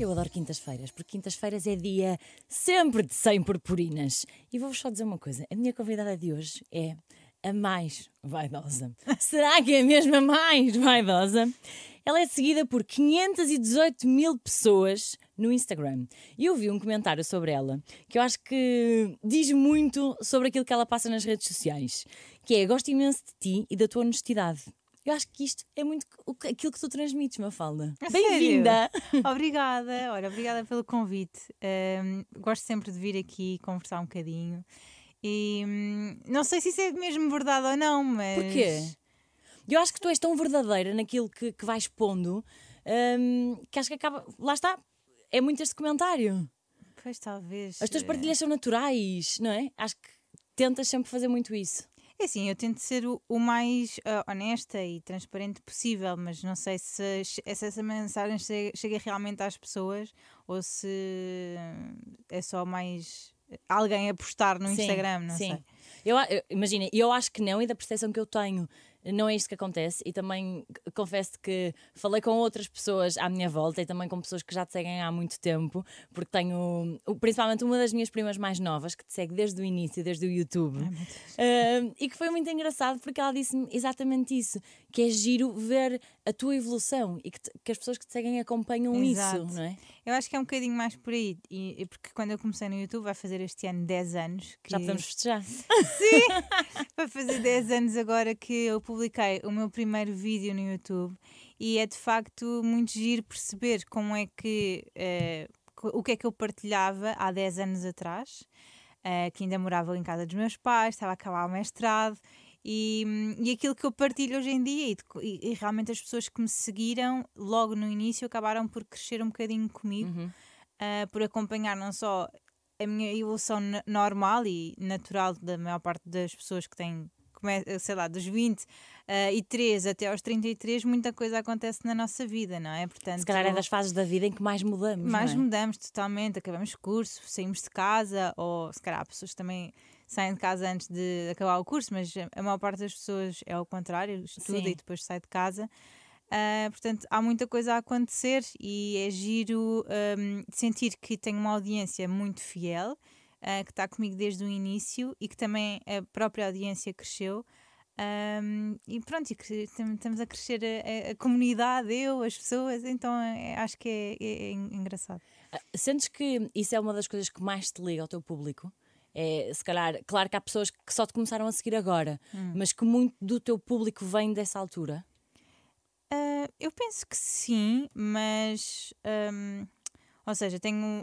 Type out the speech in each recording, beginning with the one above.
Eu adoro quintas-feiras, porque quintas-feiras é dia sempre de 100 purpurinas. E vou-vos só dizer uma coisa: a minha convidada de hoje é a mais vaidosa. Será que é mesmo a mais vaidosa? Ela é seguida por 518 mil pessoas no Instagram. E eu vi um comentário sobre ela que eu acho que diz muito sobre aquilo que ela passa nas redes sociais, que é: gosto imenso de ti e da tua honestidade. Eu acho que isto é muito aquilo que tu transmites, Mafalda. Bem-vinda! Obrigada, olha, obrigada pelo convite. Gosto sempre de vir aqui conversar um bocadinho. E não sei se isso é mesmo verdade ou não, mas. Porquê? Eu acho que tu és tão verdadeira naquilo que vais pondo, que acho que acaba. Lá está, é muito este comentário. Pois talvez. As tuas partilhas são naturais, não é? Acho que tentas sempre fazer muito isso. É assim, eu tento ser o mais honesta e transparente possível, mas não sei se essa mensagem chega realmente às pessoas ou se é só mais alguém a postar no Instagram, não sei. Imagina, eu acho que não, e da percepção que eu tenho, não é isto que acontece. E também confesso que falei com outras pessoas à minha volta e também com pessoas que já te seguem há muito tempo, porque tenho principalmente uma das minhas primas mais novas que te segue desde o início, desde o YouTube. E que foi muito engraçado porque ela disse-me exatamente isso, que é giro ver a tua evolução e que as pessoas que te seguem acompanham. Exato. Isso, não é? Eu acho que é um bocadinho mais por aí, e porque quando eu comecei no YouTube vai fazer este ano 10 anos. Já podemos festejar. Sim, vai fazer 10 anos agora que eu publiquei o meu primeiro vídeo no YouTube, e é de facto muito giro perceber como é que o que é que eu partilhava há 10 anos atrás, que ainda morava em casa dos meus pais, estava a acabar o mestrado, e aquilo que eu partilho hoje em dia, e realmente as pessoas que me seguiram logo no início acabaram por crescer um bocadinho comigo, por acompanhar não só a minha evolução normal e natural da maior parte das pessoas que têm, sei lá, dos 23 até aos 33, muita coisa acontece na nossa vida, não é? Portanto, se calhar é das fases da vida em que mais mudamos. Mais não é? mudamos totalmente, acabamos curso, saímos de casa, ou se calhar há pessoas que também saem de casa antes de acabar o curso, mas a maior parte das pessoas é ao contrário, estuda Sim. e depois sai de casa. Portanto, há muita coisa a acontecer e é giro sentir que tenho uma audiência muito fiel, que está comigo desde o início e que também a própria audiência cresceu. E pronto, e que estamos a crescer a comunidade, as pessoas, então acho que é engraçado. Sentes que isso é uma das coisas que mais te liga ao teu público? É, se calhar, claro que há pessoas que só te começaram a seguir agora, mas que muito do teu público vem dessa altura? Eu penso que sim, mas ou seja,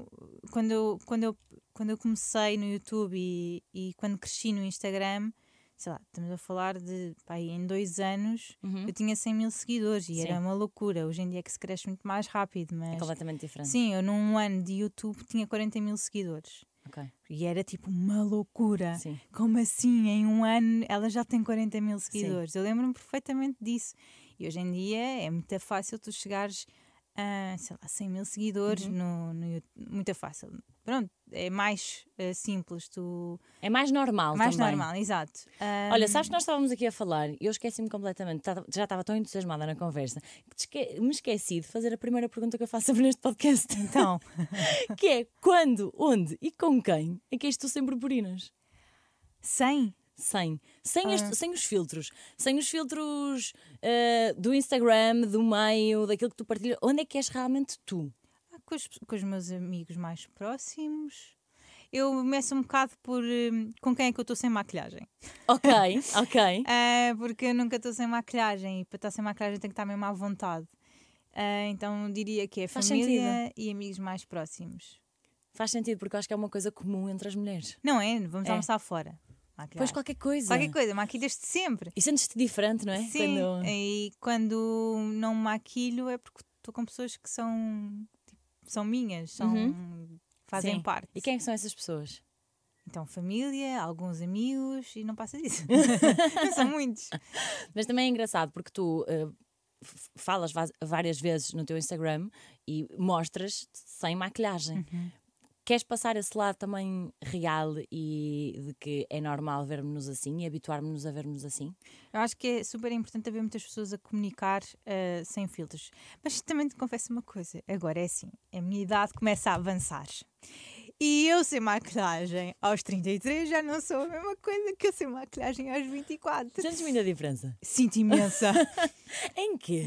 quando eu comecei no YouTube e quando cresci no Instagram, sei lá, estamos a falar de em 2 anos eu tinha 100 mil seguidores e era uma loucura. Hoje em dia é que se cresce muito mais rápido, mas É completamente diferente. sim, eu num ano de YouTube tinha 40 mil seguidores. Okay. E era tipo uma loucura. Sim. Como assim? Em um ano ela já tem 40 mil seguidores. Sim. Eu lembro-me perfeitamente disso. E hoje em dia é muito fácil tu chegares a, sei lá, 100 mil seguidores no YouTube. Muito fácil. Pronto, é mais simples. É mais normal mais também. normal, exato. Olha, sabes que nós estávamos aqui a falar e eu esqueci-me completamente, já estava tão entusiasmada na conversa que me esqueci de fazer a primeira pergunta que eu faço sobre este podcast. Então. Que é: quando, onde e com quem é que és tu sem purpurinas? Sem os filtros. Sem os filtros do Instagram, do meio, daquilo que tu partilhas. Onde é que és realmente tu? Com os meus amigos mais próximos. Eu meço um bocado por com quem é que eu estou sem maquilhagem. Ok. Porque eu nunca estou sem maquilhagem e para estar sem maquilhagem tenho que estar mesmo à vontade. Então diria que é família e amigos mais próximos. Faz sentido, porque eu acho que é uma coisa comum entre as mulheres. Não é? Vamos almoçar fora. Pois qualquer coisa, maquilhas-te sempre. E sentes-te diferente, não é? Sim, e quando não me maquilho é porque estou com pessoas que são minhas, fazem parte. E quem é que são essas pessoas? Então, família, alguns amigos, e não passa disso. Não são muitos. Mas também é engraçado porque tu falas várias vezes no teu Instagram e mostras-te sem maquilhagem. queres passar esse lado também real e de que é normal vermos-nos assim e habituarmos-nos a vermos assim? Eu acho que é super importante haver muitas pessoas a comunicar sem filtros. Mas também te confesso uma coisa, agora é assim, a minha idade começa a avançar. E eu sem maquilhagem aos 33 já não sou a mesma coisa que eu sem maquilhagem aos 24. Sentes muita diferença? Sinto imensa. Em quê?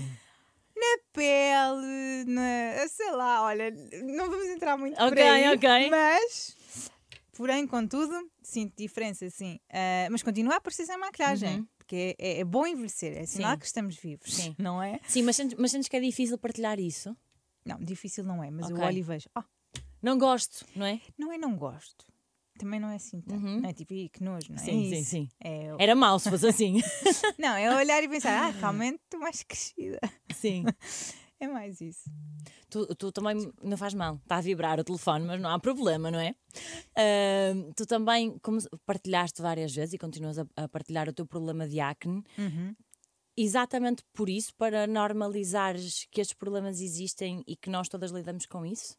Pele, sei lá, olha, não vamos entrar muito por Ok, aí, ok. mas, porém, contudo, sinto diferença, sim. Mas continua a aparecer sem maquilhagem, porque é bom envelhecer, é sinal Sim. que estamos vivos, Sim. não é? Sim, mas sentes que é difícil partilhar isso? Não, difícil não é, mas eu Ok. olho e vejo, Não gosto, não é? não gosto. Também não é assim tanto, não é tipo, que nojo, não é Sim, isso. sim. É, Era mau se fosse assim. não, é olhar e pensar, realmente estou mais crescida. Sim. É mais isso. Tu também não faz mal, está a vibrar o telefone, mas não há problema, não é? Tu também, como partilhaste várias vezes e continuas a partilhar o teu problema de acne, exatamente por isso, para normalizares que estes problemas existem e que nós todas lidamos com isso?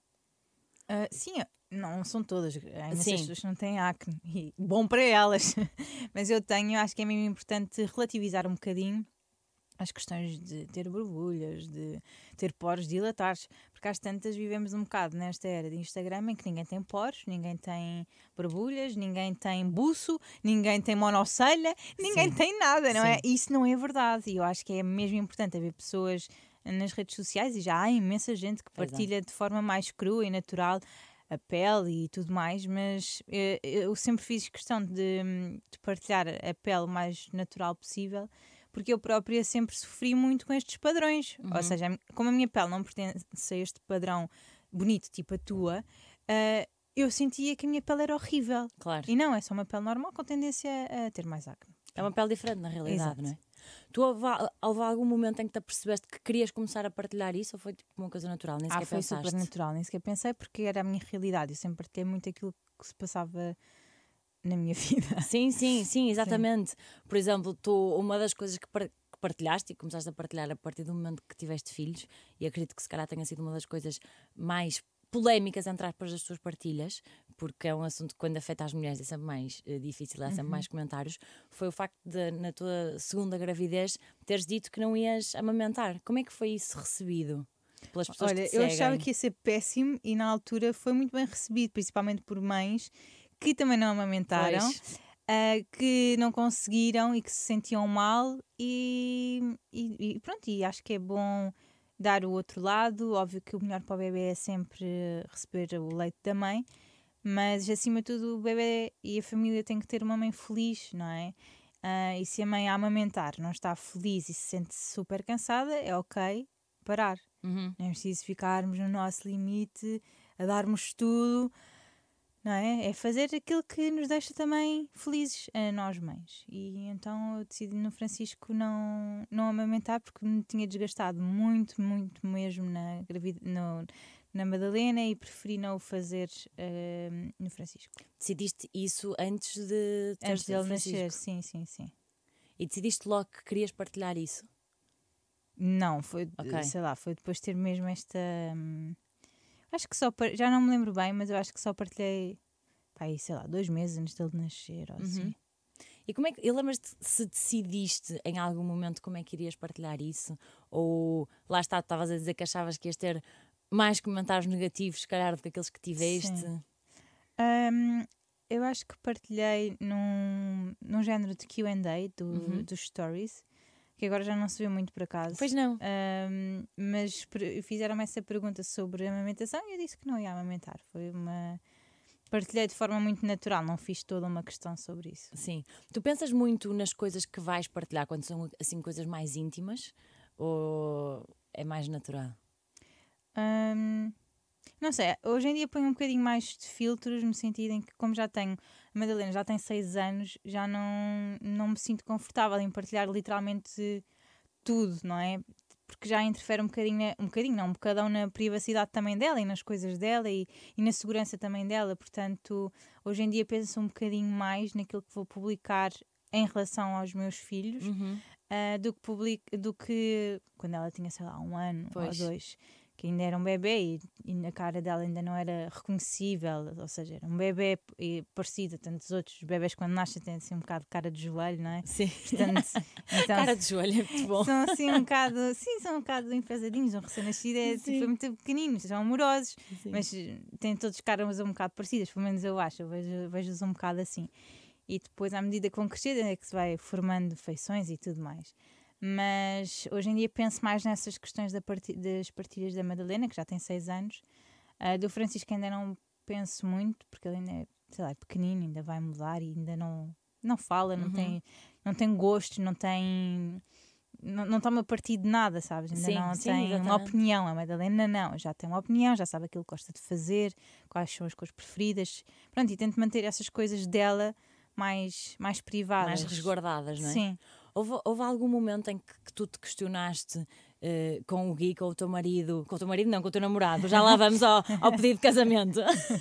Sim, não são todas. Há imensas Sim. pessoas que não têm acne e bom para elas. Mas eu tenho, acho que é mesmo importante relativizar um bocadinho as questões de ter borbulhas, de ter poros dilatados, porque às tantas vivemos um bocado nesta era de Instagram em que ninguém tem poros, ninguém tem borbulhas, ninguém tem buço, ninguém tem monocelha, ninguém Sim. tem nada, não é? Sim. Isso não é verdade e eu acho que é mesmo importante haver pessoas nas redes sociais e já há imensa gente que Pois é. partilha de forma mais crua e natural a pele e tudo mais, mas eu sempre fiz questão de partilhar a pele o mais natural possível, porque eu própria sempre sofri muito com estes padrões. Ou seja, como a minha pele não pertence a este padrão bonito, tipo a tua, eu sentia que a minha pele era horrível. Claro. E não, é só uma pele normal com tendência a ter mais acne. É uma pele diferente, na realidade, Exato. não é? Tu houve algum momento em que te apercebeste que querias começar a partilhar isso ou foi tipo uma coisa natural? Nem sequer Foi pensaste? super natural, nem sequer pensei, porque era a minha realidade. Eu sempre partilhei muito aquilo que se passava na minha vida. Sim, exatamente. Por exemplo, uma das coisas que partilhaste e começaste a partilhar a partir do momento que tiveste filhos, e acredito que se calhar tenha sido uma das coisas mais polémicas, entre aspas, das tuas partilhas, porque é um assunto que quando afeta as mulheres é sempre mais difícil, há sempre mais comentários, foi o facto de, na tua segunda gravidez, teres dito que não ias amamentar. Como é que foi isso recebido pelas pessoas Olha, que te eu seguem? achava que ia ser péssimo e na altura foi muito bem recebido, principalmente por mães que também não amamentaram, Pois. que não conseguiram e que se sentiam mal e pronto, e acho que é bom dar o outro lado. Óbvio que o melhor para o bebê é sempre receber o leite da mãe, mas acima de tudo o bebê e a família têm que ter uma mãe feliz, não é? E se a mãe a amamentar não está feliz e se sente super cansada, é ok parar. Uhum. Não é preciso ficarmos no nosso limite, a darmos tudo, não é? É fazer aquilo que nos deixa também felizes, a nós mães. E então eu decidi no Francisco não amamentar porque me tinha desgastado muito, muito mesmo na Madalena e preferi não o fazer no Francisco. Decidiste isso antes de teres Antes dele Francisco? nascer, sim. E decidiste logo que querias partilhar isso? Não, foi, Ok. sei lá, foi depois de ter mesmo esta. Acho que já não me lembro bem, mas eu acho que só partilhei, pá, aí, sei lá, 2 meses antes dele nascer ou assim. E como é que lembras-te se decidiste em algum momento como é que irias partilhar isso? Ou lá está, tu estavas a dizer que achavas que ias ter mais comentários negativos, se calhar, do que aqueles que tiveste? Sim. Eu acho que partilhei num género de QA dos stories, que agora já não se vê muito por acaso. Pois não. Mas fizeram-me essa pergunta sobre a amamentação e eu disse que não ia amamentar. Partilhei de forma muito natural, não fiz toda uma questão sobre isso. Sim. Tu pensas muito nas coisas que vais partilhar quando são assim coisas mais íntimas? Ou é mais natural? Não sei, hoje em dia ponho um bocadinho mais de filtros no sentido em que, como já tenho, a Madalena já tem 6 anos, já não me sinto confortável em partilhar literalmente tudo, não é? Porque já interfere um bocadão na privacidade também dela e nas coisas dela e na segurança também dela. Portanto, hoje em dia penso um bocadinho mais naquilo que vou publicar em relação aos meus filhos do que quando ela tinha, sei lá, 1 ano Pois. ou 2. que ainda era um bebê e a cara dela ainda não era reconhecível, ou seja, era um bebê parecido a tantos outros bebés quando nascem têm assim um bocado de cara de joelho, não é? Sim. Portanto, então, Cara de joelho é muito bom. são assim um bocado, sim, são um bocado enfesadinhos, um recém-nascido tipo, é muito pequeninos, são amorosos, Sim. mas têm todos caras um bocado parecidas, pelo menos eu acho, vejo-os um bocado assim. E depois, à medida que vão crescendo, é que se vai formando feições e tudo mais. Mas hoje em dia penso mais nessas questões das partilhas da Madalena, que já tem 6 anos. Do Francisco ainda não penso muito, porque ele ainda é, sei lá, pequenino, ainda vai mudar e ainda não fala, não tem gostos, não toma partido de nada, sabes? Ainda Sim, não sim, tem uma exatamente. opinião. A Madalena não, já tem uma opinião, já sabe aquilo que gosta de fazer, quais são as coisas preferidas. Pronto, e tento manter essas coisas dela mais privadas. Mais resguardadas, não é? Sim. Houve algum momento em que tu te questionaste com o Gui, com o teu marido não, com o teu namorado, já lá vamos ao pedido de casamento,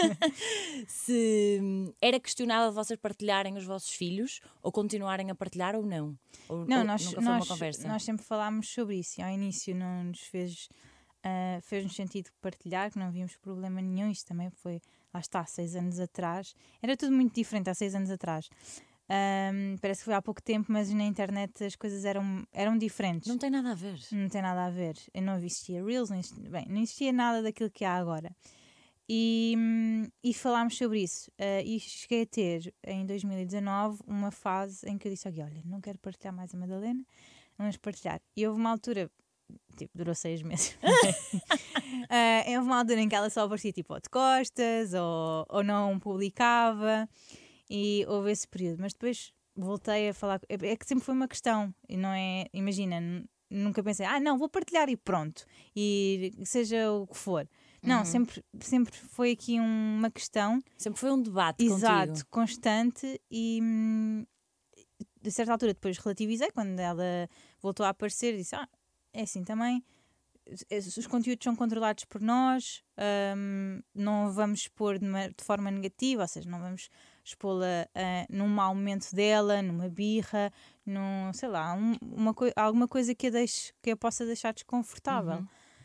se era questionável vocês partilharem os vossos filhos ou continuarem a partilhar ou não? Não, nunca foi uma conversa? nós sempre falámos sobre isso e ao início não nos fez-nos sentido partilhar, que não víamos problema nenhum. Isto também foi, lá está, 6 anos atrás. Era tudo muito diferente há 6 anos atrás. Parece que foi há pouco tempo, mas na internet as coisas eram diferentes. Não tem nada a ver. Não tem nada a ver. Eu não existia Reels, não existia nada daquilo que há agora. E falámos sobre isso. E cheguei a ter, em 2019, uma fase em que eu disse: olha, não quero partilhar mais a Madalena, vamos partilhar. E houve uma altura, tipo, durou 6 meses. Houve uma altura em que ela só aparecia tipo de costas ou não publicava. E houve esse período, mas depois voltei a falar. É que sempre foi uma questão, e não é? Imagina, nunca pensei, não, vou partilhar e pronto, e seja o que for. Não, sempre foi aqui uma questão. Sempre foi um debate exato, contigo. constante, e de certa altura depois relativizei, quando ela voltou a aparecer, disse: é assim também. Os conteúdos são controlados por nós, não vamos expor de forma negativa, ou seja, não vamos expô-la num mau momento dela, numa birra, sei lá, alguma coisa que a possa deixar desconfortável.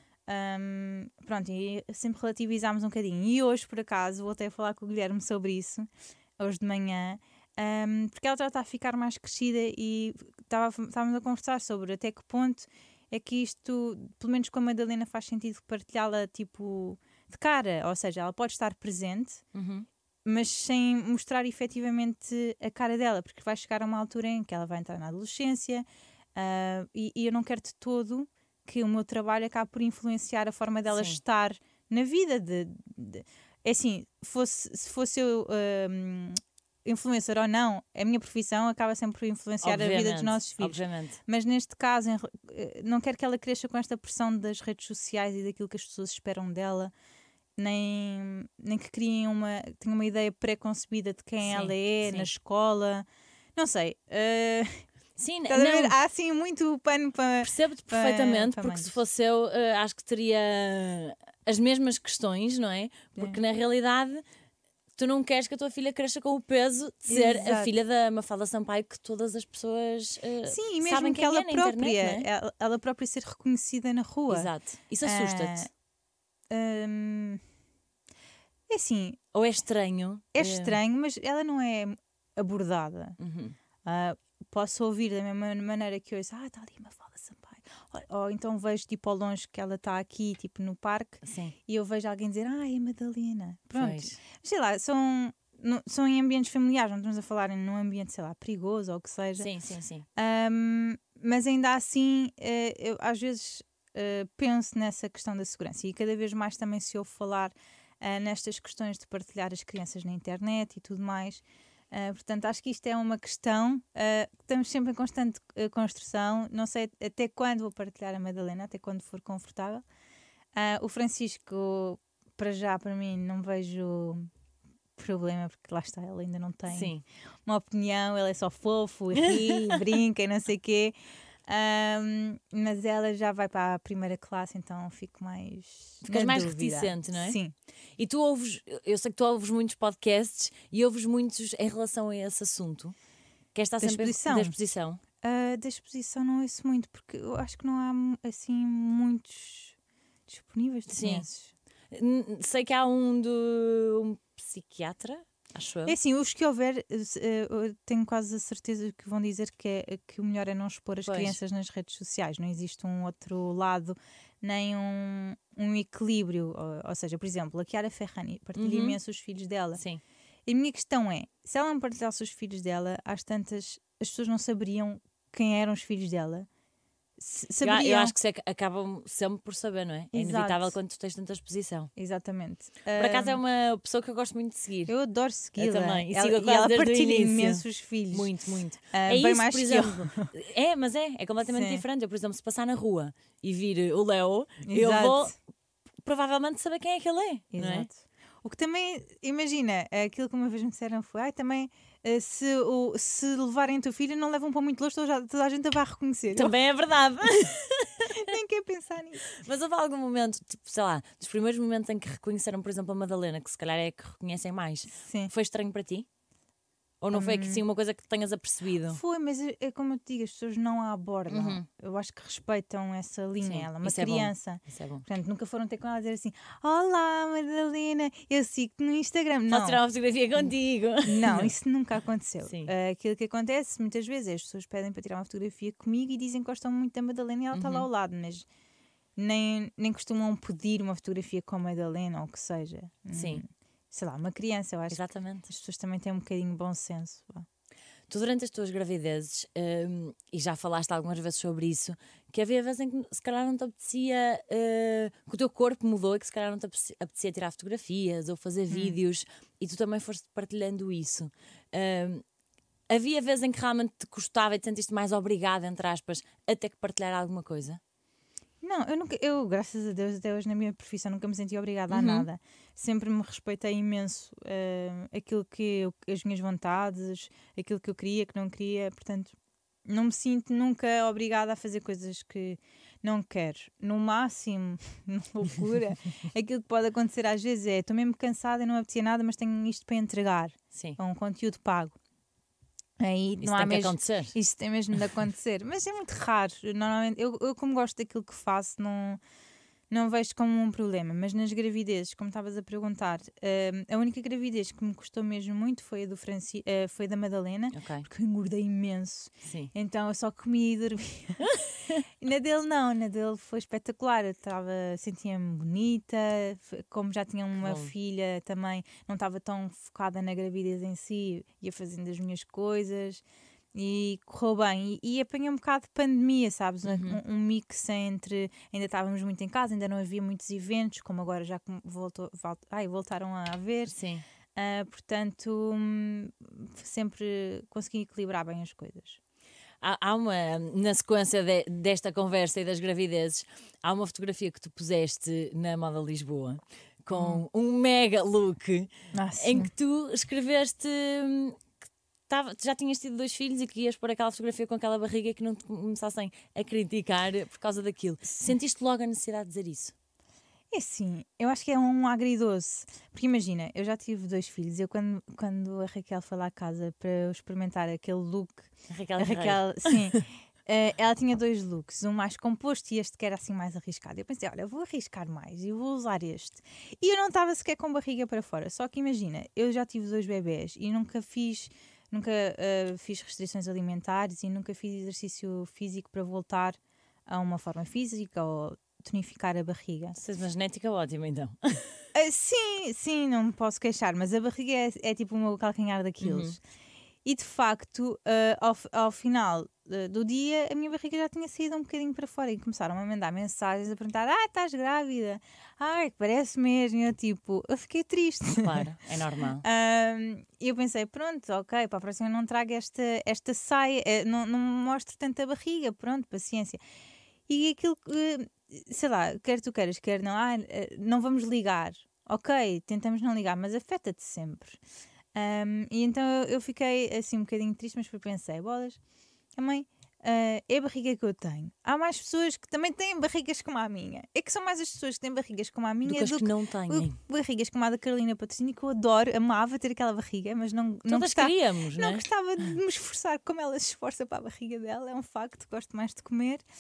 Pronto, e sempre relativizámos um bocadinho. E hoje, por acaso, voltei a falar com o Guilherme sobre isso, hoje de manhã, porque ela já está a ficar mais crescida e estávamos a conversar sobre até que ponto é que isto, pelo menos com a Madalena, faz sentido partilhá-la tipo de cara, ou seja, ela pode estar presente, mas sem mostrar efetivamente a cara dela, porque vai chegar a uma altura em que ela vai entrar na adolescência, e eu não quero de todo que o meu trabalho acabe por influenciar a forma dela estar na vida. É assim, se fosse eu influencer ou não, a minha profissão acaba sempre por influenciar a vida dos nossos filhos. Obviamente. Mas neste caso, não quero que ela cresça com esta pressão das redes sociais e daquilo que as pessoas esperam dela, nem que criem tenham uma ideia pré-concebida de quem ela é na escola. Não sei. Sim, Estás a ver? Há assim muito pano para. Percebo-te perfeitamente, para porque mangas. se fosse eu, acho que teria as mesmas questões, não é? Porque na realidade tu não queres que a tua filha cresça com o peso de ser a filha da Mafalda Sampaio, que todas as pessoas sim, e mesmo sabem que quem ela é na própria, internet, não é? ela própria ser reconhecida na rua. Exato. Isso assusta-te? É assim, Ou é estranho? é estranho, mas ela não é abordada. Posso ouvir da mesma maneira que ouço, está ali Mafalda Sampaio. Ou então vejo tipo ao longe que ela está aqui, tipo no parque, e eu vejo alguém dizer, é Madalena. Pronto. Pois. Sei lá, são em ambientes familiares, não estamos a falar num ambiente, sei lá, perigoso ou o que seja. Sim. Mas ainda assim, eu às vezes penso nessa questão da segurança, e cada vez mais também se ouve falar nestas questões de partilhar as crianças na internet e tudo mais. Portanto, acho que isto é uma questão que estamos sempre em constante construção. Não sei até quando vou partilhar a Madalena, até quando for confortável. O Francisco, para mim, não vejo problema, porque lá está, ele ainda não tem uma opinião, ele é só fofo, ri, brinca e não sei o quê. Mas ela já vai para a primeira classe, então fico mais. Ficas mais reticente, não é? Sim. E tu ouves, eu sei que tu ouves muitos podcasts e ouves muitos em relação a esse assunto. Queres estar sempre da exposição? Da exposição não ouço muito, porque eu acho que não há assim muitos disponíveis, tu Sim. conheces? Sei que há um psiquiatra, acho eu. É assim, os que houver, eu tenho quase a certeza que vão dizer que o melhor é não expor as Pois. crianças nas redes sociais. Não existe um outro lado, nem um equilíbrio. Ou seja, por exemplo, a Chiara Ferrani partilha imenso os filhos dela. Sim. E a minha questão é, se ela não partilhasse os filhos dela, às tantas, as pessoas não saberiam quem eram os filhos dela. Saberiam. Eu acho que acabam sempre por saber, não é? É Exato. inevitável quando tu tens tanta exposição. Exatamente. Por acaso é uma pessoa que eu gosto muito de seguir. Eu adoro segui-la. Eu também. E Ela, sigo-a e quase ela desde o partilha início. imenso os filhos. Muito, muito. Bem É isso, mais por que eu. exemplo. Mas é completamente Sim. diferente. Eu, por exemplo, se passar na rua e vir o Léo, eu Exato. vou provavelmente saber quem é que ele é. Não é? Exato. O que também, imagina, aquilo que uma vez me disseram foi, também, se levarem o teu filho, não levam para muito longe, toda a gente a vai reconhecer. Também é verdade. Eu nem quero pensar nisso. Mas houve algum momento, tipo, sei lá, dos primeiros momentos em que reconheceram, por exemplo, a Madalena, que se calhar é a que reconhecem mais, Sim. foi estranho para ti? Ou não foi que sim uma coisa que tenhas apercebido? Foi, mas é como eu te digo, as pessoas não a abordam. Eu acho que respeitam essa linha. Sim, Ela é uma isso é bom. criança. Isso é bom. Portanto, nunca foram ter com ela a dizer assim: Olá, Madalena, eu sigo-te no Instagram. Não. Posso tirar uma fotografia contigo? Não, isso nunca aconteceu. Sim. Aquilo que acontece muitas vezes é as pessoas pedem para tirar uma fotografia comigo e dizem que gostam muito da Madalena e ela está lá ao lado, mas nem costumam pedir uma fotografia com a Madalena ou o que seja. Sim. Sei lá, uma criança, eu acho Exatamente. que as pessoas também têm um bocadinho de bom senso. Vá. Tu, durante as tuas gravidezes, e já falaste algumas vezes sobre isso, que havia vezes em que se calhar não te apetecia, que o teu corpo mudou e que se calhar não te apetecia tirar fotografias ou fazer vídeos, e tu também foste partilhando isso. Havia vezes em que realmente te custava e te sentiste mais obrigada, entre aspas, a ter que partilhar alguma coisa? Não, eu, graças a Deus, até hoje na minha profissão nunca me senti obrigada a nada. Sempre me respeitei imenso aquilo que as minhas vontades, aquilo que eu queria, que não queria. Portanto, não me sinto nunca obrigada a fazer coisas que não quero. No máximo, na loucura, aquilo que pode acontecer às vezes é: estou mesmo cansada e não apetecia nada, mas tenho isto para entregar. Sim. É um conteúdo pago. Aí Isso não há tem que mesmo, acontecer. isso tem mesmo de acontecer, mas é muito raro. Normalmente, eu como gosto daquilo que faço, não vejo como um problema. Mas nas gravidezes, como estavas a perguntar, a única gravidez que me custou mesmo muito foi a foi da Madalena, Ok. porque eu engordei imenso. Sim. Então eu só comia e dormia. Na dele não, na dele foi espetacular. Eu sentia-me bonita, como já tinha uma bom. filha também, não estava tão focada na gravidez em si, ia fazendo as minhas coisas e correu bem. E apanhei um bocado de pandemia, sabes? Um mix entre. Ainda estávamos muito em casa, ainda não havia muitos eventos, como agora já voltaram a haver. Sim. Portanto, sempre consegui equilibrar bem as coisas. Na sequência desta conversa e das gravidezes, há uma fotografia que tu puseste na Moda Lisboa com um mega look em que tu escreveste que já tinhas tido 2 filhos e que ias pôr aquela fotografia com aquela barriga e que não te começassem a criticar por causa daquilo. Sentiste logo a necessidade de dizer isso? É sim, eu acho que é um agridoce. Porque imagina, eu já tive 2 filhos. Eu quando a Raquel foi lá à casa para eu experimentar aquele look, A Raquel, sim, ela tinha 2 looks, um mais composto e este que era assim mais arriscado. Eu pensei, olha, vou arriscar mais e vou usar este. E eu não estava sequer com barriga para fora. Só que imagina, eu já tive 2 bebés e nunca fiz restrições alimentares e nunca fiz exercício físico para voltar a uma forma física ou tonificar a barriga. Tens uma genética ótima, então. Sim, não me posso queixar, mas a barriga é tipo o meu calcanhar daqueles. E de facto, ao final do dia, a minha barriga já tinha saído um bocadinho para fora e começaram a mandar mensagens a perguntar: estás grávida? Ai, parece mesmo. Eu fiquei triste. Claro, é normal. E eu pensei: pronto, ok, para a próxima não trago esta saia, não mostro tanta barriga, pronto, paciência. E aquilo que, sei lá, quer tu queiras, quer não, não vamos ligar. Ok, tentamos não ligar, mas afeta-te sempre. E então eu fiquei assim um bocadinho triste, mas pensei, bolas, também é a barriga que eu tenho. Há mais pessoas que também têm barrigas como a minha. É que são mais as pessoas que têm barrigas como a minha do que as que não têm. Barrigas como a da Carolina Patrocínio, que eu adoro, amava ter aquela barriga, mas não queríamos, não gostava de me esforçar como ela se esforça para a barriga dela, é um facto, gosto mais de comer.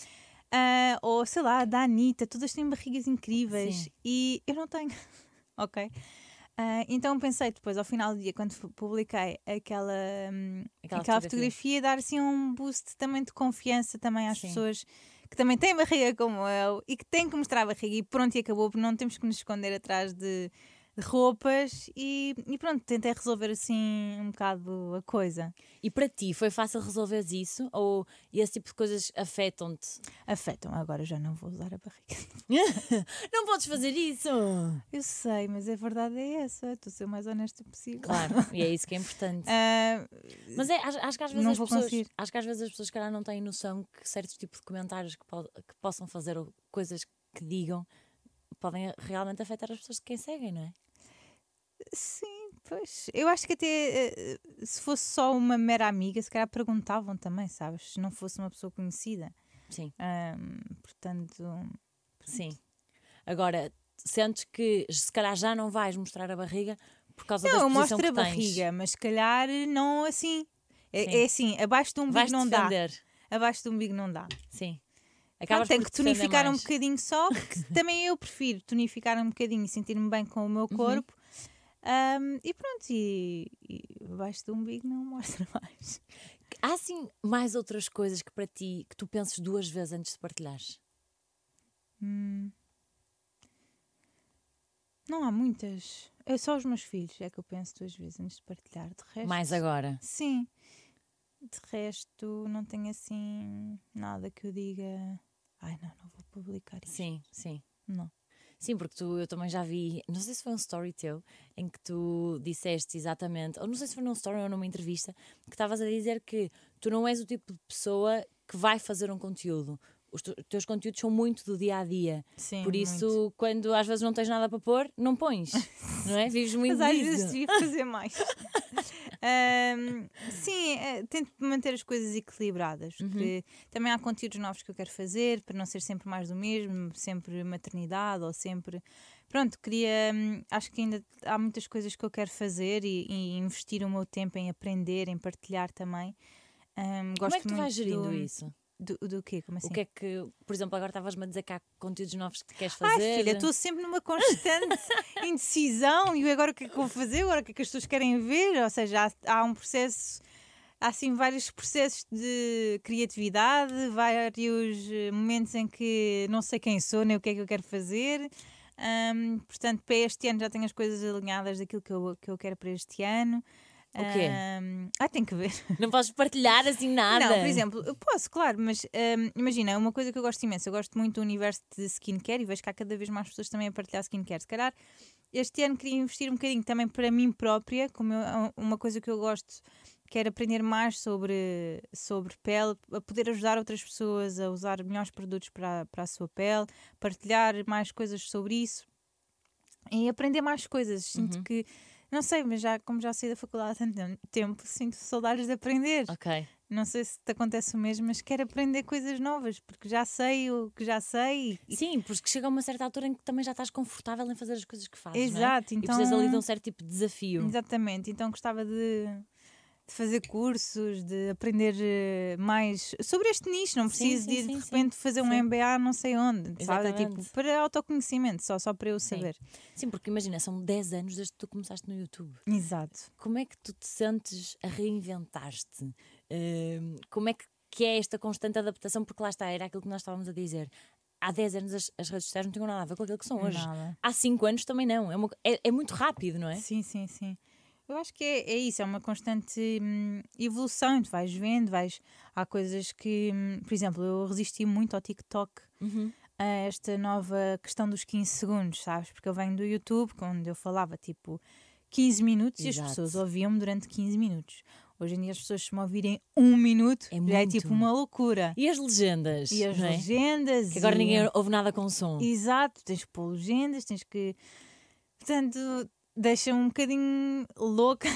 Ou sei lá, da Anitta, todas têm barrigas incríveis. Sim. E eu não tenho. Ok? Então pensei depois, ao final do dia, quando publiquei aquela fotografia, dar assim um boost também de confiança também às Sim. pessoas que também têm barriga como eu e que têm que mostrar a barriga e pronto, e acabou, porque não temos que nos esconder atrás de roupas e pronto, tentei resolver assim um bocado a coisa. E para ti foi fácil resolveres isso? Ou esse tipo de coisas afetam-te? Afetam, agora já não vou usar a barriga. Não podes fazer isso! Eu sei, mas a verdade é essa, estou a ser o mais honesta possível. Claro, e é isso que é importante. Ah, Mas acho que às vezes não as vou pessoas, conseguir. acho que às vezes as pessoas, se calhar, não têm noção que certos tipos de comentários que possam fazer ou coisas que digam podem realmente afetar as pessoas de quem seguem, não é? Sim, pois. Eu acho que até se fosse só uma mera amiga, se calhar perguntavam também, sabes? Se não fosse uma pessoa conhecida. Sim, Portanto, sim. Agora, sentes que se calhar já não vais mostrar a barriga por causa da não, eu exposição mostro que a tens. barriga, mas se calhar não assim. Sim. É assim, abaixo do umbigo Vais não dá. defender. Abaixo do umbigo não dá. Sim. Pronto, Acabas tenho por que defender tonificar um mais. bocadinho só, porque também eu prefiro tonificar um bocadinho e sentir-me bem com o meu corpo. E pronto, e abaixo do umbigo não mostra mais. Há assim mais outras coisas que para ti que tu penses duas vezes antes de partilhares? Não há muitas. É só os meus filhos, é que eu penso duas vezes antes de partilhar. De resto, Mais agora. sim. De resto, não tenho assim nada que eu diga. Ai, não vou publicar isto. Sim, sim. Não. Sim, porque eu também já vi, não sei se foi um story teu, em que tu disseste exatamente, ou não sei se foi num story ou numa entrevista, que estavas a dizer que tu não és o tipo de pessoa que vai fazer um conteúdo. Os teus conteúdos são muito do dia a dia. Sim, Por isso, muito. quando às vezes não tens nada para pôr, não pões. Não é? Vives muito Mas às disso. vezes devia fazer mais. Sim, tento manter as coisas equilibradas, porque também há conteúdos novos que eu quero fazer, para não ser sempre mais do mesmo, sempre maternidade ou sempre. Pronto, acho que ainda há muitas coisas que eu quero fazer e investir o meu tempo em aprender, em partilhar também. Como é que tu vais gerindo isso? Do quê? Como assim? O que é que, por exemplo, agora estavas-me a dizer que há conteúdos novos que queres Ai, fazer? filha, estou sempre numa constante indecisão e agora o que é que eu vou fazer? Agora o que é que as pessoas querem ver? Ou seja, há um processo, há assim vários processos de criatividade, vários momentos em que não sei quem sou, nem o que é que eu quero fazer. Portanto, para este ano já tenho as coisas alinhadas daquilo que eu quero para este ano. O quê? Tem que ver. Não podes partilhar assim nada? Não, por exemplo, eu posso, claro, mas imagina, uma coisa que eu gosto imenso, eu gosto muito do universo de skincare e vejo que há cada vez mais pessoas também a partilhar skincare. Se calhar este ano queria investir um bocadinho também para mim própria, como uma coisa que eu gosto, quero aprender mais sobre pele, a poder ajudar outras pessoas a usar melhores produtos para a sua pele, partilhar mais coisas sobre isso e aprender mais coisas. Sinto que não sei, mas como já saí da faculdade há tanto tempo, sinto saudades de aprender. Ok. Não sei se te acontece o mesmo, mas quero aprender coisas novas, porque já sei o que já sei. Sim, porque chega a uma certa altura em que também já estás confortável em fazer as coisas que fazes, Exato, não é? então. E precisas ali de um certo tipo de desafio. Exatamente, então gostava de fazer cursos, de aprender mais sobre este nicho. Não preciso de repente fazer um MBA não sei onde, sabe? Tipo, para autoconhecimento, só para eu saber. Sim, porque imagina, são 10 anos desde que tu começaste no YouTube. Exato. Como é que tu te sentes a reinventar-te? Como é que é esta constante adaptação? Porque lá está, era aquilo que nós estávamos a dizer. Há 10 anos as redes sociais não tinham nada a ver com aquilo que são hoje. Nada. Há 5 anos também não. É muito rápido, não é? Sim. Eu acho que é isso, é uma constante evolução. Tu vais vendo, há coisas que, por exemplo, eu resisti muito ao TikTok, a esta nova questão dos 15 segundos, sabes? Porque eu venho do YouTube, onde eu falava tipo 15 minutos e as pessoas ouviam-me durante 15 minutos. Hoje em dia as pessoas se me ouvirem 1 minuto já é tipo uma loucura. E as legendas? E as legendas. Que agora ninguém ouve nada com som. Exato, tens que pôr legendas, tens que. Portanto, deixa um bocadinho louca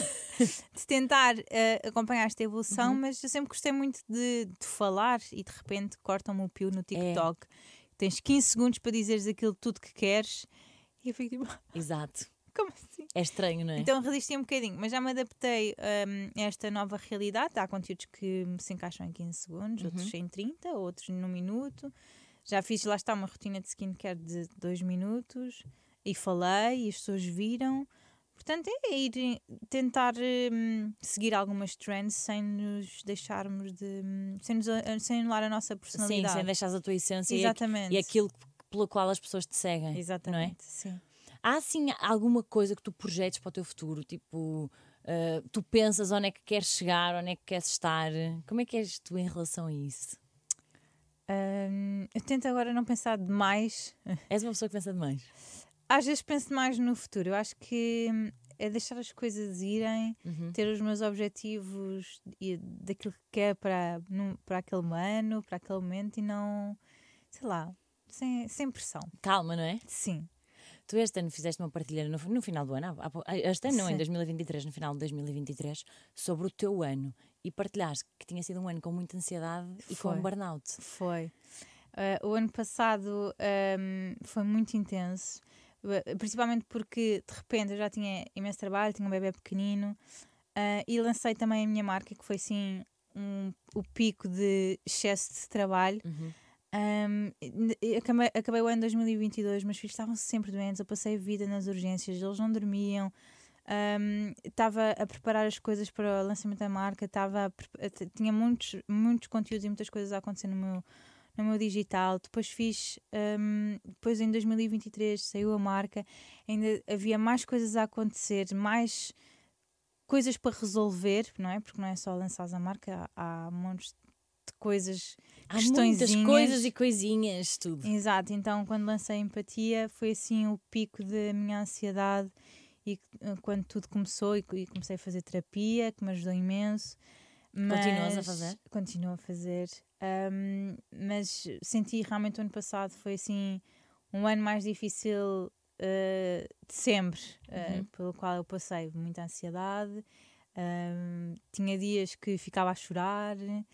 de tentar acompanhar esta evolução, mas eu sempre gostei muito de falar e de repente cortam-me o pio no TikTok. Tens 15 segundos para dizeres aquilo tudo que queres e eu fico tipo. Exato. Como assim? É estranho, não é? Então resisti um bocadinho, mas já me adaptei a esta nova realidade. Há conteúdos que se encaixam em 15 segundos, outros em 30, outros num minuto. Já fiz, lá está, uma rotina de skincare de 2 minutos e falei e as pessoas viram. Portanto, é ir tentar seguir algumas trends sem nos deixarmos de. Sem anular a nossa personalidade. Sim, sem deixares a tua essência Exatamente. e aquilo pelo qual as pessoas te seguem. Exatamente, não é? sim. Há assim alguma coisa que tu projetes para o teu futuro? Tipo, tu pensas onde é que queres chegar, onde é que queres estar? Como é que és tu em relação a isso? Eu tento agora não pensar demais. És uma pessoa que pensa demais? Às vezes penso mais no futuro. Eu acho que é deixar as coisas irem, ter os meus objetivos e daquilo que quer para aquele ano, para aquele momento e não, sei lá, sem pressão. Calma, não é? Sim. Tu este ano fizeste uma partilha no final do ano, este ano não, em Sim. 2023, no final de 2023, sobre o teu ano. E partilhaste que tinha sido um ano com muita ansiedade e com Foi. burnout. Foi. O ano passado foi muito intenso, principalmente porque de repente eu já tinha imenso trabalho, tinha um bebê pequenino e lancei também a minha marca, que foi assim o pico de excesso de trabalho. Acabei o ano de 2022, meus filhos estavam sempre doentes, eu passei a vida nas urgências, eles não dormiam. Estava a preparar as coisas para o lançamento da marca, tinha muitos conteúdos e muitas coisas a acontecer no meu digital. Depois depois em 2023 saiu a marca, ainda havia mais coisas a acontecer, mais coisas para resolver, não é? Porque não é só lançar a marca, há montes de coisas, Há muitas coisas e coisinhas, tudo. Exato, então quando lancei a Empatia foi assim o pico da minha ansiedade e quando tudo começou e comecei a fazer terapia, que me ajudou imenso. Continuas a fazer? Continuo a fazer, mas senti realmente o ano passado foi assim um ano mais difícil de sempre, pelo qual eu passei muita ansiedade, tinha dias que ficava a chorar,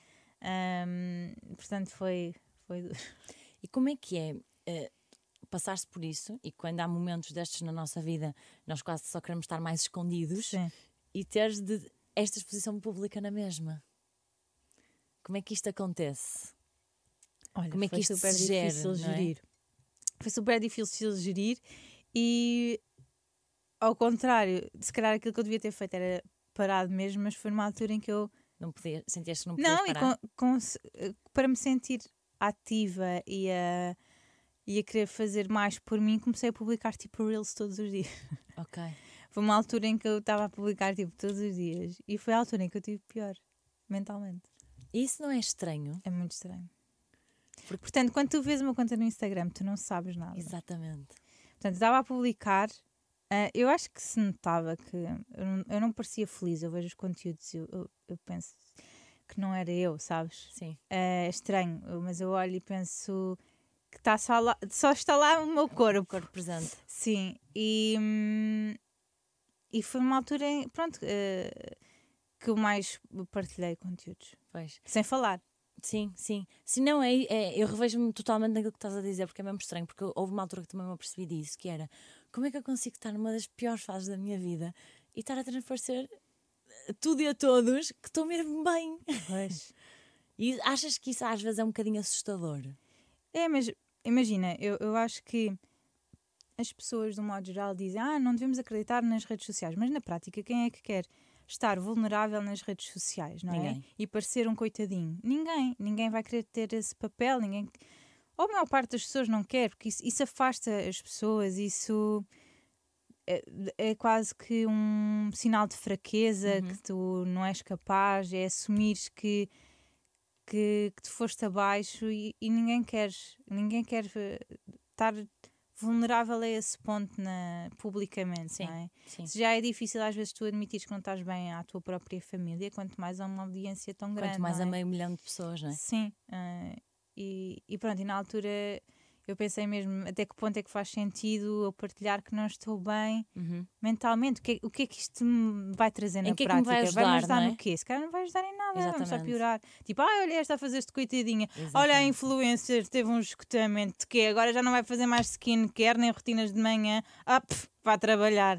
portanto foi duro. E como é que é passar-se por isso e quando há momentos destes na nossa vida nós quase só queremos estar mais escondidos Sim. e teres esta exposição pública na mesma? Como é que isto acontece? Olha, como é que foi isto super se gera, difícil não é? gerir. Foi super difícil gerir e ao contrário, se calhar aquilo que eu devia ter feito era parado mesmo, mas foi numa altura em que eu Sentias que não podias não, parar? para me sentir ativa e a querer fazer mais por mim, comecei a publicar tipo Reels todos os dias. Ok. Foi uma altura em que eu estava a publicar tipo todos os dias e foi a altura em que eu tive pior mentalmente. E isso não é estranho? É muito estranho. Portanto, quando tu vês uma conta no Instagram, tu não sabes nada. Exatamente. Portanto, estava a publicar, eu acho que se notava que eu não parecia feliz. Eu vejo os conteúdos e eu penso que não era eu, sabes? Sim. É estranho, mas eu olho e penso que está só está lá o meu corpo. O corpo presente. Sim, e foi uma altura pronto, que eu mais partilhei conteúdos. Pois. Sem falar. Sim, sim. Se não, eu revejo-me totalmente naquilo que estás a dizer, porque é mesmo estranho, porque houve uma altura que também me apercebi disso, que era, como é que eu consigo estar numa das piores fases da minha vida e estar a transparecer tudo e a todos que estou mesmo bem? Pois. E achas que isso às vezes é um bocadinho assustador? É, mas imagina, eu acho que as pessoas, de um modo geral, dizem não devemos acreditar nas redes sociais, mas na prática, quem é que quer estar vulnerável nas redes sociais, não Ninguém. é? E parecer um coitadinho? Ninguém vai querer ter esse papel, ou a maior parte das pessoas não quer, porque isso afasta as pessoas, isso é quase que um sinal de fraqueza, que tu não és capaz, é assumir que tu foste abaixo e ninguém quer estar vulnerável a esse ponto publicamente, Sim, não é? sim. Se já é difícil às vezes tu admitires que não estás bem à tua própria família, quanto mais a uma audiência tão grande. Quanto mais não a é? 500 mil de pessoas, não é? Sim, e pronto, e na altura eu pensei mesmo até que ponto é que faz sentido eu partilhar que não estou bem mentalmente, o que é que isto me vai trazer na Em que é que prática? me vai ajudar, ajudar não é? no quê? Se calhar não vai ajudar em nada, vamos só Exatamente. piorar. Tipo, olha esta a fazer-se de coitadinha, olha a Exatamente. influencer, teve um esgotamento de quê? Agora já não vai fazer mais skincare nem rotinas de manhã, vai trabalhar.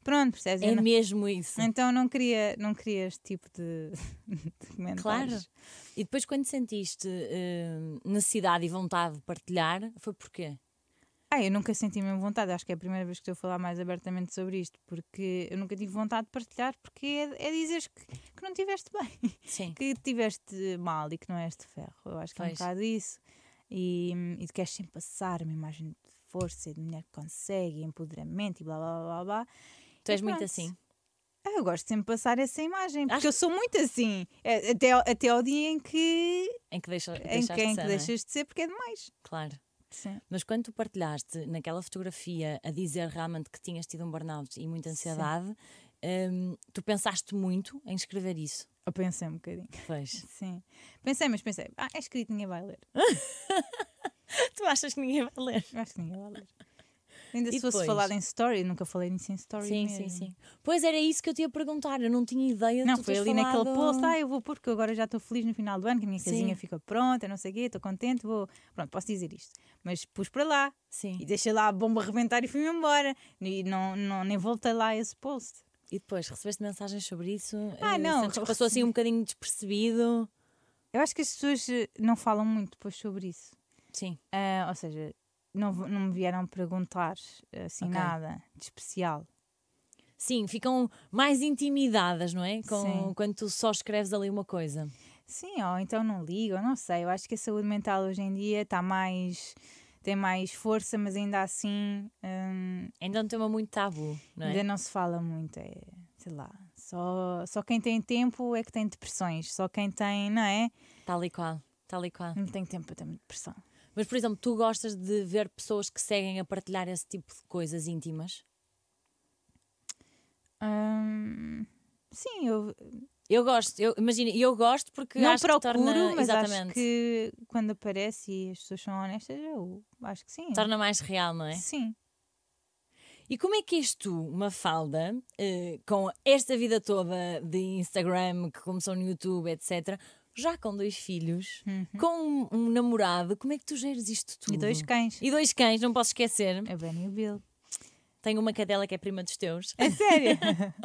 Pronto, percebes? É mesmo isso. Então não queria este tipo de comentários. Claro. E depois quando sentiste necessidade e vontade de partilhar, foi porquê? Eu nunca senti mesmo vontade, acho que é a primeira vez que estou a falar mais abertamente sobre isto, porque eu nunca tive vontade de partilhar, porque é dizeres que não estiveste bem, Sim. que estiveste mal e que não és de ferro. Eu acho que é um bocado isso. E tu queres sempre passar uma imagem de força, de mulher que consegue, empoderamento e blá blá blá blá. Tu és muito assim? Eu gosto sempre de passar essa imagem, porque eu sou muito assim, até ao dia em que deixas de ser, porque é demais. Claro. Sim. Mas quando tu partilhaste naquela fotografia a dizer realmente que tinhas tido um burnout e muita ansiedade, tu pensaste muito em escrever isso? Eu pensei um bocadinho. Pois. Sim. Pensei, é escrito, ninguém vai ler. Tu achas que ninguém vai ler? Eu acho que ninguém vai ler. Ainda E se fosse depois? falado em story, nunca falei nisso em story mesmo. Sim. Pois era isso que eu te ia perguntar, eu não tinha ideia de Não, tu foi teres ali falado... naquele post, eu vou pôr, porque agora já estou feliz no final do ano, que a minha Sim. casinha fica pronta, não sei o quê, estou contente, vou... Pronto, posso dizer isto. Mas pus para lá, Sim. e deixei lá a bomba arrebentar e fui-me embora. E nem voltei lá a esse post. E depois, recebeste mensagens sobre isso? Não. Sentes que passou assim um bocadinho despercebido? Eu acho que as pessoas não falam muito depois sobre isso. Sim. Ou seja, não me vieram perguntar assim nada de especial. Sim, ficam mais intimidadas, não é? Sim. Quando tu só escreves ali uma coisa. Sim, ou então não ligam, não sei. Eu acho que a saúde mental hoje em dia tem mais força, mas ainda assim Ainda é um tema muito tabu, não é? ainda não se fala muito. Sei lá, só quem tem tempo é que tem depressões. Só quem tem, não é? Tal e qual. Não tem tempo para ter depressão. Mas, por exemplo, tu gostas de ver pessoas que seguem a partilhar esse tipo de coisas íntimas? Sim, Eu gosto, imagina, eu gosto porque não acho procuro, que torna, mas exatamente, acho que quando aparece e as pessoas são honestas, eu acho que sim. torna mais real, não é? Sim. E como é que és tu, Mafalda, com esta vida toda de Instagram, que começou no YouTube, etc., já com 2 filhos, com um namorado, como é que tu geres isto tudo? E 2 cães. E 2 cães, não posso esquecer. É Benny e o Bill. Tenho uma cadela que é prima dos teus. É sério?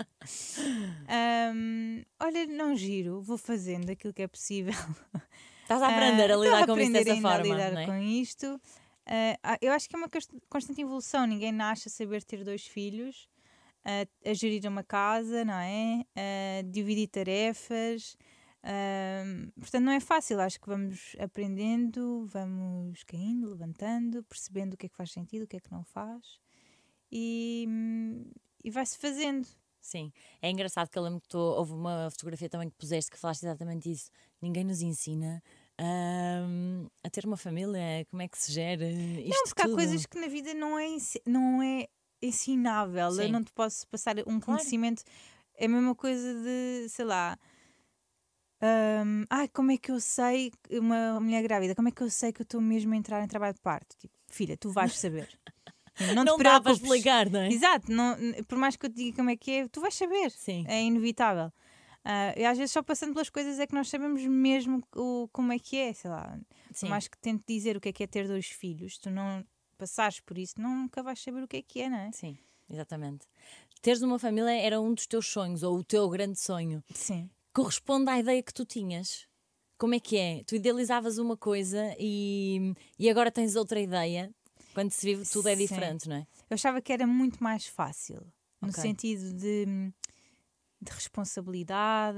Olha, não giro, vou fazendo aquilo que é possível. Estás a aprender a lidar com isto dessa forma, a lidar não é? com isto. Eu acho que é uma constante evolução. Ninguém nasce a saber ter 2 filhos, a gerir uma casa, não é? A dividir tarefas. Portanto, não é fácil. Acho que vamos aprendendo, vamos caindo, levantando, percebendo o que é que faz sentido, o que é que não faz. E vai-se fazendo. Sim, é engraçado que eu lembro que houve uma fotografia também que puseste que falaste exatamente isso. Ninguém nos ensina a ter uma família, como é que se gera isto não, porque tudo. há coisas que na vida não é ensinável. Sim. Eu não te posso passar um conhecimento. É a mesma coisa de, sei lá, como é que eu sei, uma mulher grávida, como é que eu sei que eu estou mesmo a entrar em trabalho de parto? Tipo, filha, tu vais saber. Não te dá para preocupes. explicar, não é? Exato, por mais que eu te diga como é que é, tu vais saber. Sim. É inevitável. E às vezes só passando pelas coisas é que nós sabemos mesmo como é que é, sei lá. Sim. Por mais que tente dizer o que é ter 2 filhos, tu não passares por isso, nunca vais saber o que é, não é? Sim, exatamente. Teres uma família era um dos teus sonhos, ou o teu grande sonho. Sim. Corresponde à ideia que tu tinhas. Como é que é? Tu idealizavas uma coisa e agora tens outra ideia. Quando se vive tudo é diferente, não é? Eu achava que era muito mais fácil. No Ok. sentido de responsabilidade,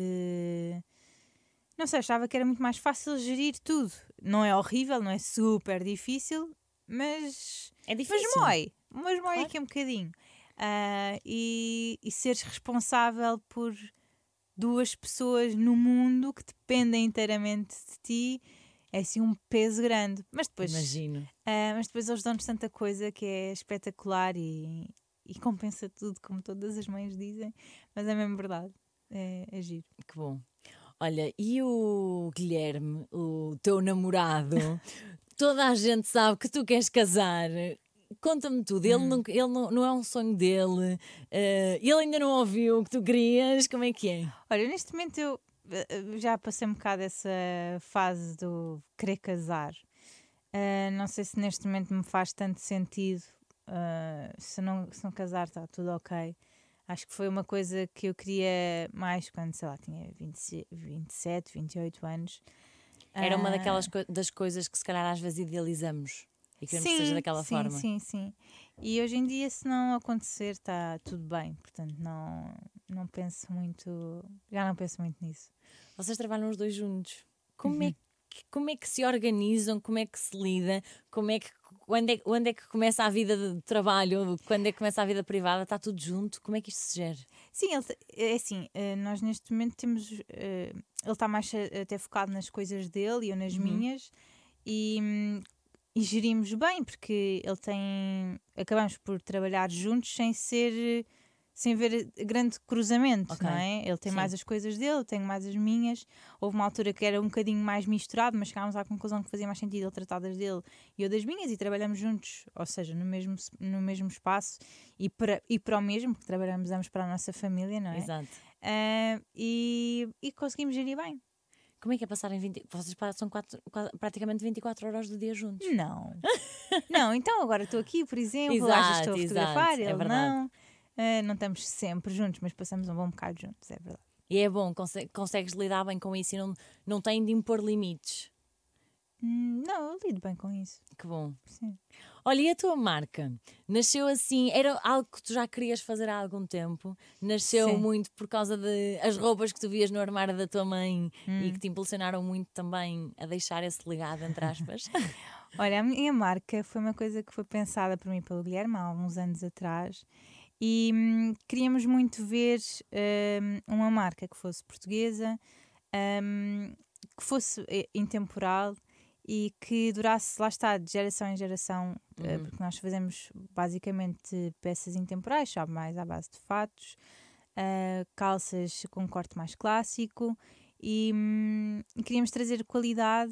não sei, achava que era muito mais fácil gerir tudo. Não é horrível, não é super difícil, mas... É difícil. Mas mói aqui um bocadinho. E seres responsável por 2 pessoas no mundo que dependem inteiramente de ti é assim um peso grande. Mas depois... Imagino. Mas depois eles dão-nos tanta coisa que é espetacular e compensa tudo, como todas as mães dizem. Mas é mesmo verdade. É giro. Que bom. Olha, e o Guilherme, o teu namorado, toda a gente sabe que tu queres casar. Conta-me tudo. Ele não é um sonho dele. Ele ainda não ouviu o que tu querias. Como é que é? Olha, neste momento eu já passei um bocado essa fase do querer casar. Não sei se neste momento me faz tanto sentido. Se não casar está tudo ok. Acho que foi uma coisa que eu queria mais quando, sei lá, tinha 27, 28 anos. Era uma das coisas que se calhar às vezes idealizamos e queremos que seja daquela forma. Sim. E hoje em dia, se não acontecer, está tudo bem. Portanto, não penso muito, já não penso muito nisso. Vocês trabalham os dois juntos. Como é que se organizam? Como é que se lida? Onde é que começa a vida de trabalho? Quando é que começa a vida privada? Está tudo junto? Como é que isto se gera? Sim, é assim, nós neste momento temos. Ele está mais até focado nas coisas dele e eu nas minhas, e gerimos bem, porque ele tem. Acabamos por trabalhar juntos sem ver grande cruzamento, Ok. não é? Ele tem Sim. mais as coisas dele, eu tenho mais as minhas. Houve uma altura que era um bocadinho mais misturado, mas chegámos à conclusão que fazia mais sentido ele tratar das dele e eu das minhas, e trabalhamos juntos, ou seja, no mesmo espaço e para o mesmo, porque trabalhamos ambos para a nossa família, não é? Exato. E conseguimos gerir bem. Como é que é passar em 20... Vocês passam praticamente 24 horas do dia juntos. Não, então agora estou aqui, por exemplo, Exato, às vezes estou a fotografar, exato, é ele verdade. não. Não estamos sempre juntos, mas passamos um bom bocado juntos, é verdade. E é bom, consegues lidar bem com isso e não têm de impor limites. Não, eu lido bem com isso. Que bom. Sim. Olha, e a tua marca? Nasceu assim, era algo que tu já querias fazer há algum tempo? Nasceu Sim. muito por causa de as roupas que tu vias no armário da tua mãe e que te impulsionaram muito também a deixar esse legado, entre aspas? Olha, a minha marca foi uma coisa que foi pensada por mim e pelo Guilherme há alguns anos atrás, e queríamos muito ver uma marca que fosse portuguesa, que fosse intemporal e que durasse, lá está, de geração em geração, porque nós fazemos basicamente peças intemporais, sabe, mais à base de fatos, calças com um corte mais clássico, e queríamos trazer qualidade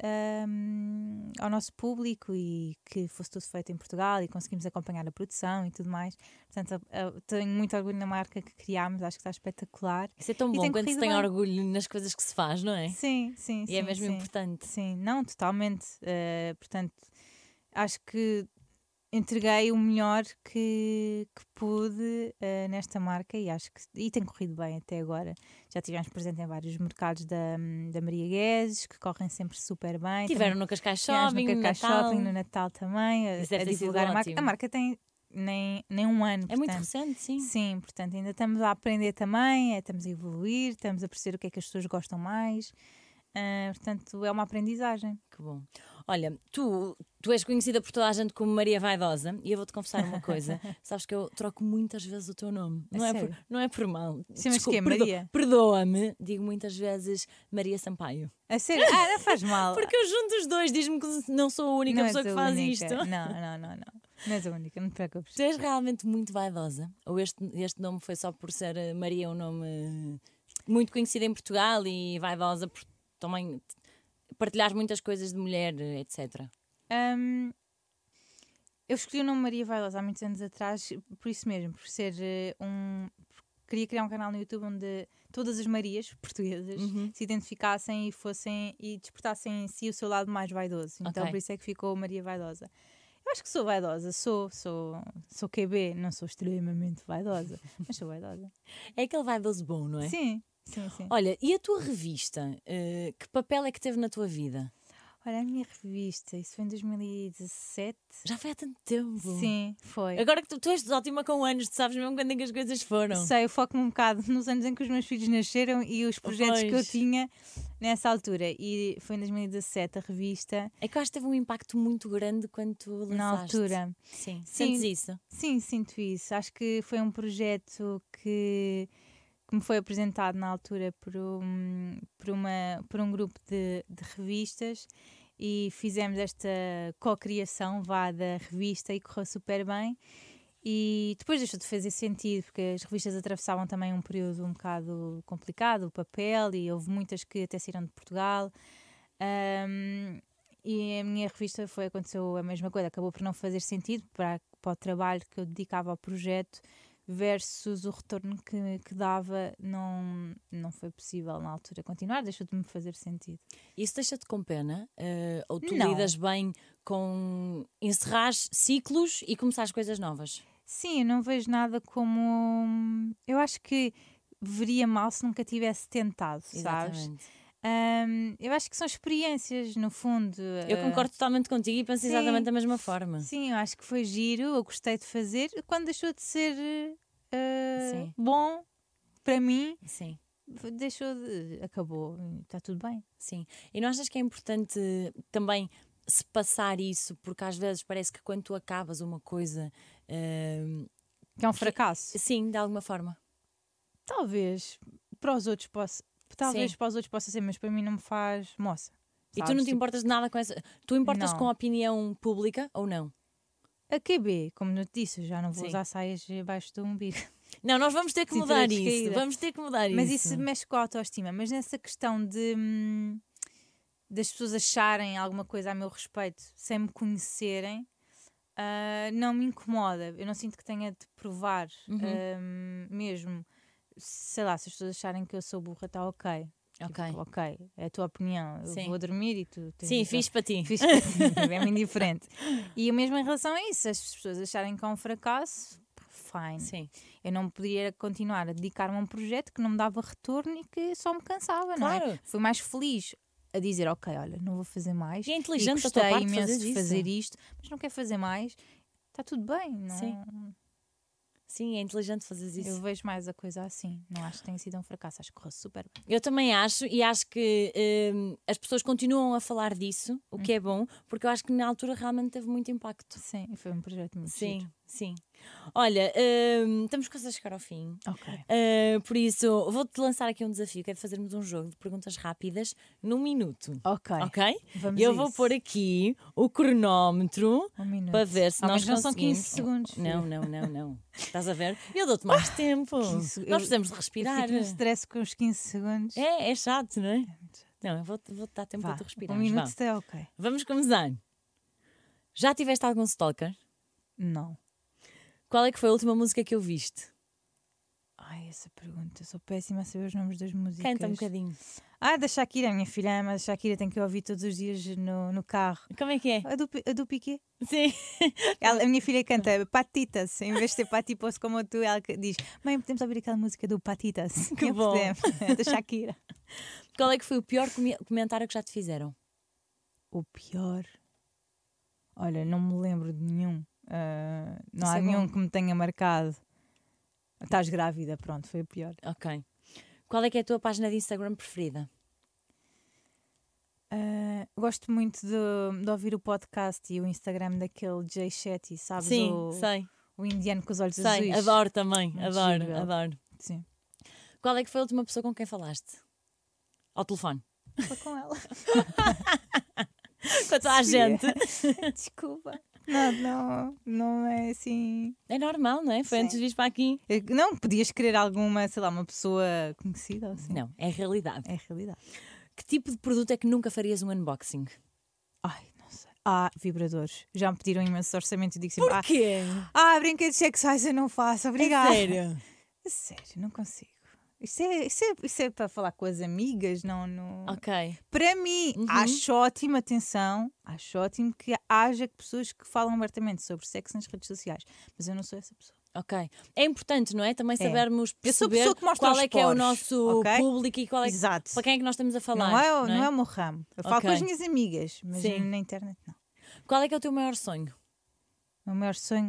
ao nosso público e que fosse tudo feito em Portugal, e conseguimos acompanhar a produção e tudo mais. Portanto, tenho muito orgulho na marca que criámos, acho que está espetacular. Isso é tão E bom tem quando se corrido tem bem. orgulho nas coisas que se faz, não é? Sim, E é mesmo importante. Sim, não, totalmente. Portanto, acho que entreguei o melhor que pude nesta marca, e acho que tem corrido bem até agora. Já tivemos presente em vários mercados da Maria Guedes, que correm sempre super bem. Tiveram no Cascais Tivemos Shopping, no no Cascais Natal. Shopping, no Natal também, Isso deve a ter sido divulgar a marca. ótimo. A marca tem nem um ano. É muito portanto, recente, sim. Sim, portanto ainda estamos a aprender também, estamos a evoluir, estamos a perceber o que é que as pessoas gostam mais. Portanto, é uma aprendizagem. Que bom. Olha, tu és conhecida por toda a gente como Maria Vaidosa, e eu vou-te confessar uma coisa. Sabes que eu troco muitas vezes o teu nome. Não é por mal. Chamas quê? Maria? Perdoa-me. Digo muitas vezes Maria Sampaio. A sério? Não faz mal. Porque eu junto os dois, diz-me que não sou a única Não pessoa és que a faz única. isto. Não. Não és a única, não te preocupes. Tu és realmente muito vaidosa? Ou este nome foi só por ser Maria um nome muito conhecido em Portugal e vaidosa por também partilhar muitas coisas de mulher, etc. Eu escolhi o nome Maria Vaidosa há muitos anos atrás, por isso mesmo, por ser queria criar um canal no YouTube onde todas as Marias portuguesas se identificassem e despertassem em si o seu lado mais vaidoso. Então Ok. por isso é que ficou Maria Vaidosa. Eu acho que sou vaidosa, sou QB, não sou extremamente vaidosa, mas sou vaidosa. É aquele vaidoso bom, não é? Sim. Olha, e a tua revista? Que papel é que teve na tua vida? Olha, a minha revista, isso foi em 2017. Já foi há tanto tempo. Sim, foi. Agora que tu és ótima com anos, tu sabes mesmo quando é que as coisas foram. Sei, eu foco-me um bocado nos anos em que os meus filhos nasceram e os projetos que eu Pois. tinha nessa altura. E foi em 2017 a revista, É que eu acho que teve um impacto muito grande quando tu lançaste. na altura. Sim. Sim. Sentes isso? Sim, sinto isso. Acho que foi um projeto que me foi apresentado na altura por um grupo de revistas, e fizemos esta co-criação da revista e correu super bem. E depois deixou de fazer sentido, porque as revistas atravessavam também um período um bocado complicado, o papel, e houve muitas que até saíram de Portugal. E a minha revista aconteceu a mesma coisa, acabou por não fazer sentido para o trabalho que eu dedicava ao projeto versus o retorno que dava. Não foi possível na altura continuar, deixou de me fazer sentido. Isso deixa-te com pena? Ou tu Não. lidas bem com encerrar ciclos e começar coisas novas? Sim, eu não vejo nada como. Eu acho que veria mal se nunca tivesse tentado, sabes? Exatamente. Eu acho que são experiências, no fundo. Eu concordo totalmente contigo e penso sim. exatamente da mesma forma. Sim, eu acho que foi giro, eu gostei de fazer. Quando deixou de ser Sim. bom para mim, Sim. deixou de. Acabou, está tudo bem. Sim. E não achas que é importante também se passar isso? Porque às vezes parece que quando tu acabas uma coisa. Que é um fracasso. Sim, de alguma forma. Talvez para os outros possa. Talvez Sim. para os outros possa ser, mas para mim não me faz moça. E tu sabes? não te importas de nada com essa. Tu importas Não. com a opinião pública ou não? Acabei, como eu te disse, eu já não vou Sim. usar saias abaixo do umbigo. Não, nós vamos ter que Cintura mudar isso. descaída. Vamos ter que mudar Mas isso. isso mexe com a autoestima. Mas nessa questão de das pessoas acharem alguma coisa a meu respeito sem me conhecerem, não me incomoda. Eu não sinto que tenha de provar mesmo. Sei lá, se as pessoas acharem que eu sou burra, está ok. Ok. Tipo, ok, é a tua opinião. Eu Sim. vou dormir e tu tens Sim, de- fiz para ti. Fiz para ti, é-me indiferente. E mesmo em relação a isso, as pessoas acharem que é um fracasso, fine. Sim. Eu não poderia continuar a dedicar-me a um projeto que não me dava retorno e que só me cansava, não Claro. é? Fui mais feliz a dizer, ok, olha, não vou fazer mais. E é inteligente da gostei tua parte imenso fazeres de isso. fazer isto, mas não quero fazer mais. Está tudo bem, não? Sim. Sim, é inteligente fazeres isso. Eu vejo mais a coisa assim. Não acho que tenha sido um fracasso, acho que correu super bem. Eu também acho, e acho que as pessoas continuam a falar disso, o que é bom, porque eu acho que na altura realmente teve muito impacto. Sim, foi um projeto muito Sim, giro. sim. Olha, estamos quase a chegar ao fim. Ok. Por isso, vou-te lançar aqui um desafio, que é de fazermos um jogo de perguntas rápidas num minuto. Ok. Ok? Vamos Eu a vou isso. pôr aqui o cronómetro Um minuto. para ver se Ao nós menos não são conseguimos. 15 segundos. Não. Estás a ver? Eu dou-te mais tempo. 15 Nós precisamos de Eu respirar. fico no stress com os 15 segundos. É chato, não é? Não, eu vou-te dar tempo Vá, para tu respirar. um minuto está ok. Vamos começar. Já tiveste algum stalker? Não. Qual é que foi a última música que ouviste? Ai, essa pergunta. Eu sou péssima a saber os nomes das músicas. Canta um bocadinho. Da Shakira, a minha filha ama a Shakira, tem que ouvir todos os dias no carro. Como é que é? A do Piqué. Sim. A minha filha canta Patitas, em vez de ter Patipos como tu, ela diz: mãe, podemos ouvir aquela música do Patitas? Que bom. É da Shakira. Qual é que foi o pior comentário que já te fizeram? O pior. Olha, não me lembro de nenhum. Não Isso há é nenhum bom. que me tenha marcado. Estás grávida, pronto, foi o pior. Ok. Qual é que é a tua página de Instagram preferida? Gosto muito de ouvir o podcast e o Instagram daquele Jay Shetty, sabes? Sim, sei. O indiano com os olhos Sei, azuis. adoro também. Muito Adoro, giro ele. adoro. Sim. Qual é que foi a última pessoa com quem falaste? Ao telefone. Foi com ela. Com toda a gente. Desculpa. Não é assim. É normal, não é? Foi Sim. antes de vir para aqui. Não, podias querer alguma, sei lá, uma pessoa conhecida ou assim. Não, é realidade. É a realidade. Que tipo de produto é que nunca farias um unboxing? Ai, não sei. Vibradores. Já me pediram imenso orçamento e digo sempre: Porquê? brinquedos sexuais eu não faço, obrigada. É sério? É sério, não consigo. Isso é para falar com as amigas, não. Ok. Para mim, acho ótimo, atenção, acho ótimo que haja pessoas que falam abertamente sobre sexo nas redes sociais, mas eu não sou essa pessoa. Ok. É importante, não é? Também sabermos Eu sou a perceber pessoa que mostra qual os é que é o poros, nosso ok? público e qual é Exato. para quem é que nós estamos a falar. Não é o meu ramo. Eu falo Ok. com as minhas amigas, mas Sim. na internet não. Qual é que é o teu maior sonho? O meu maior sonho.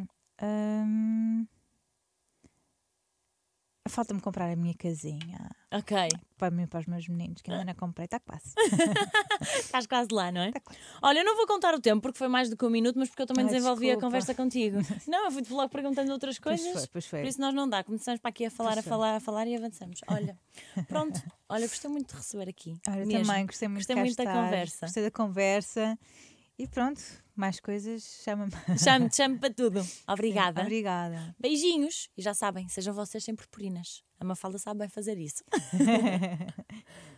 Falta-me comprar a minha casinha Ok. para mim e para os meus meninos, que ainda não comprei, está quase. Estás quase lá, não é? Tá quase. Olha, eu não vou contar o tempo porque foi mais do que um minuto, mas porque eu também desenvolvi a desculpa. conversa contigo. Não, eu fui-te logo perguntando outras coisas. Pois foi. Por isso nós não dá. Começamos para aqui a falar, Pois foi. a falar e avançamos. Olha, pronto. Olha, gostei muito de receber aqui. Olha, mesmo. também gostei muito, Gostei de cá muito da estar, conversa. Gostei da conversa. E pronto, mais coisas, chama-me. Chamo para tudo. Obrigada. Obrigada. Beijinhos. E já sabem, sejam vocês sempre purpurinas. A Mafalda sabe bem fazer isso.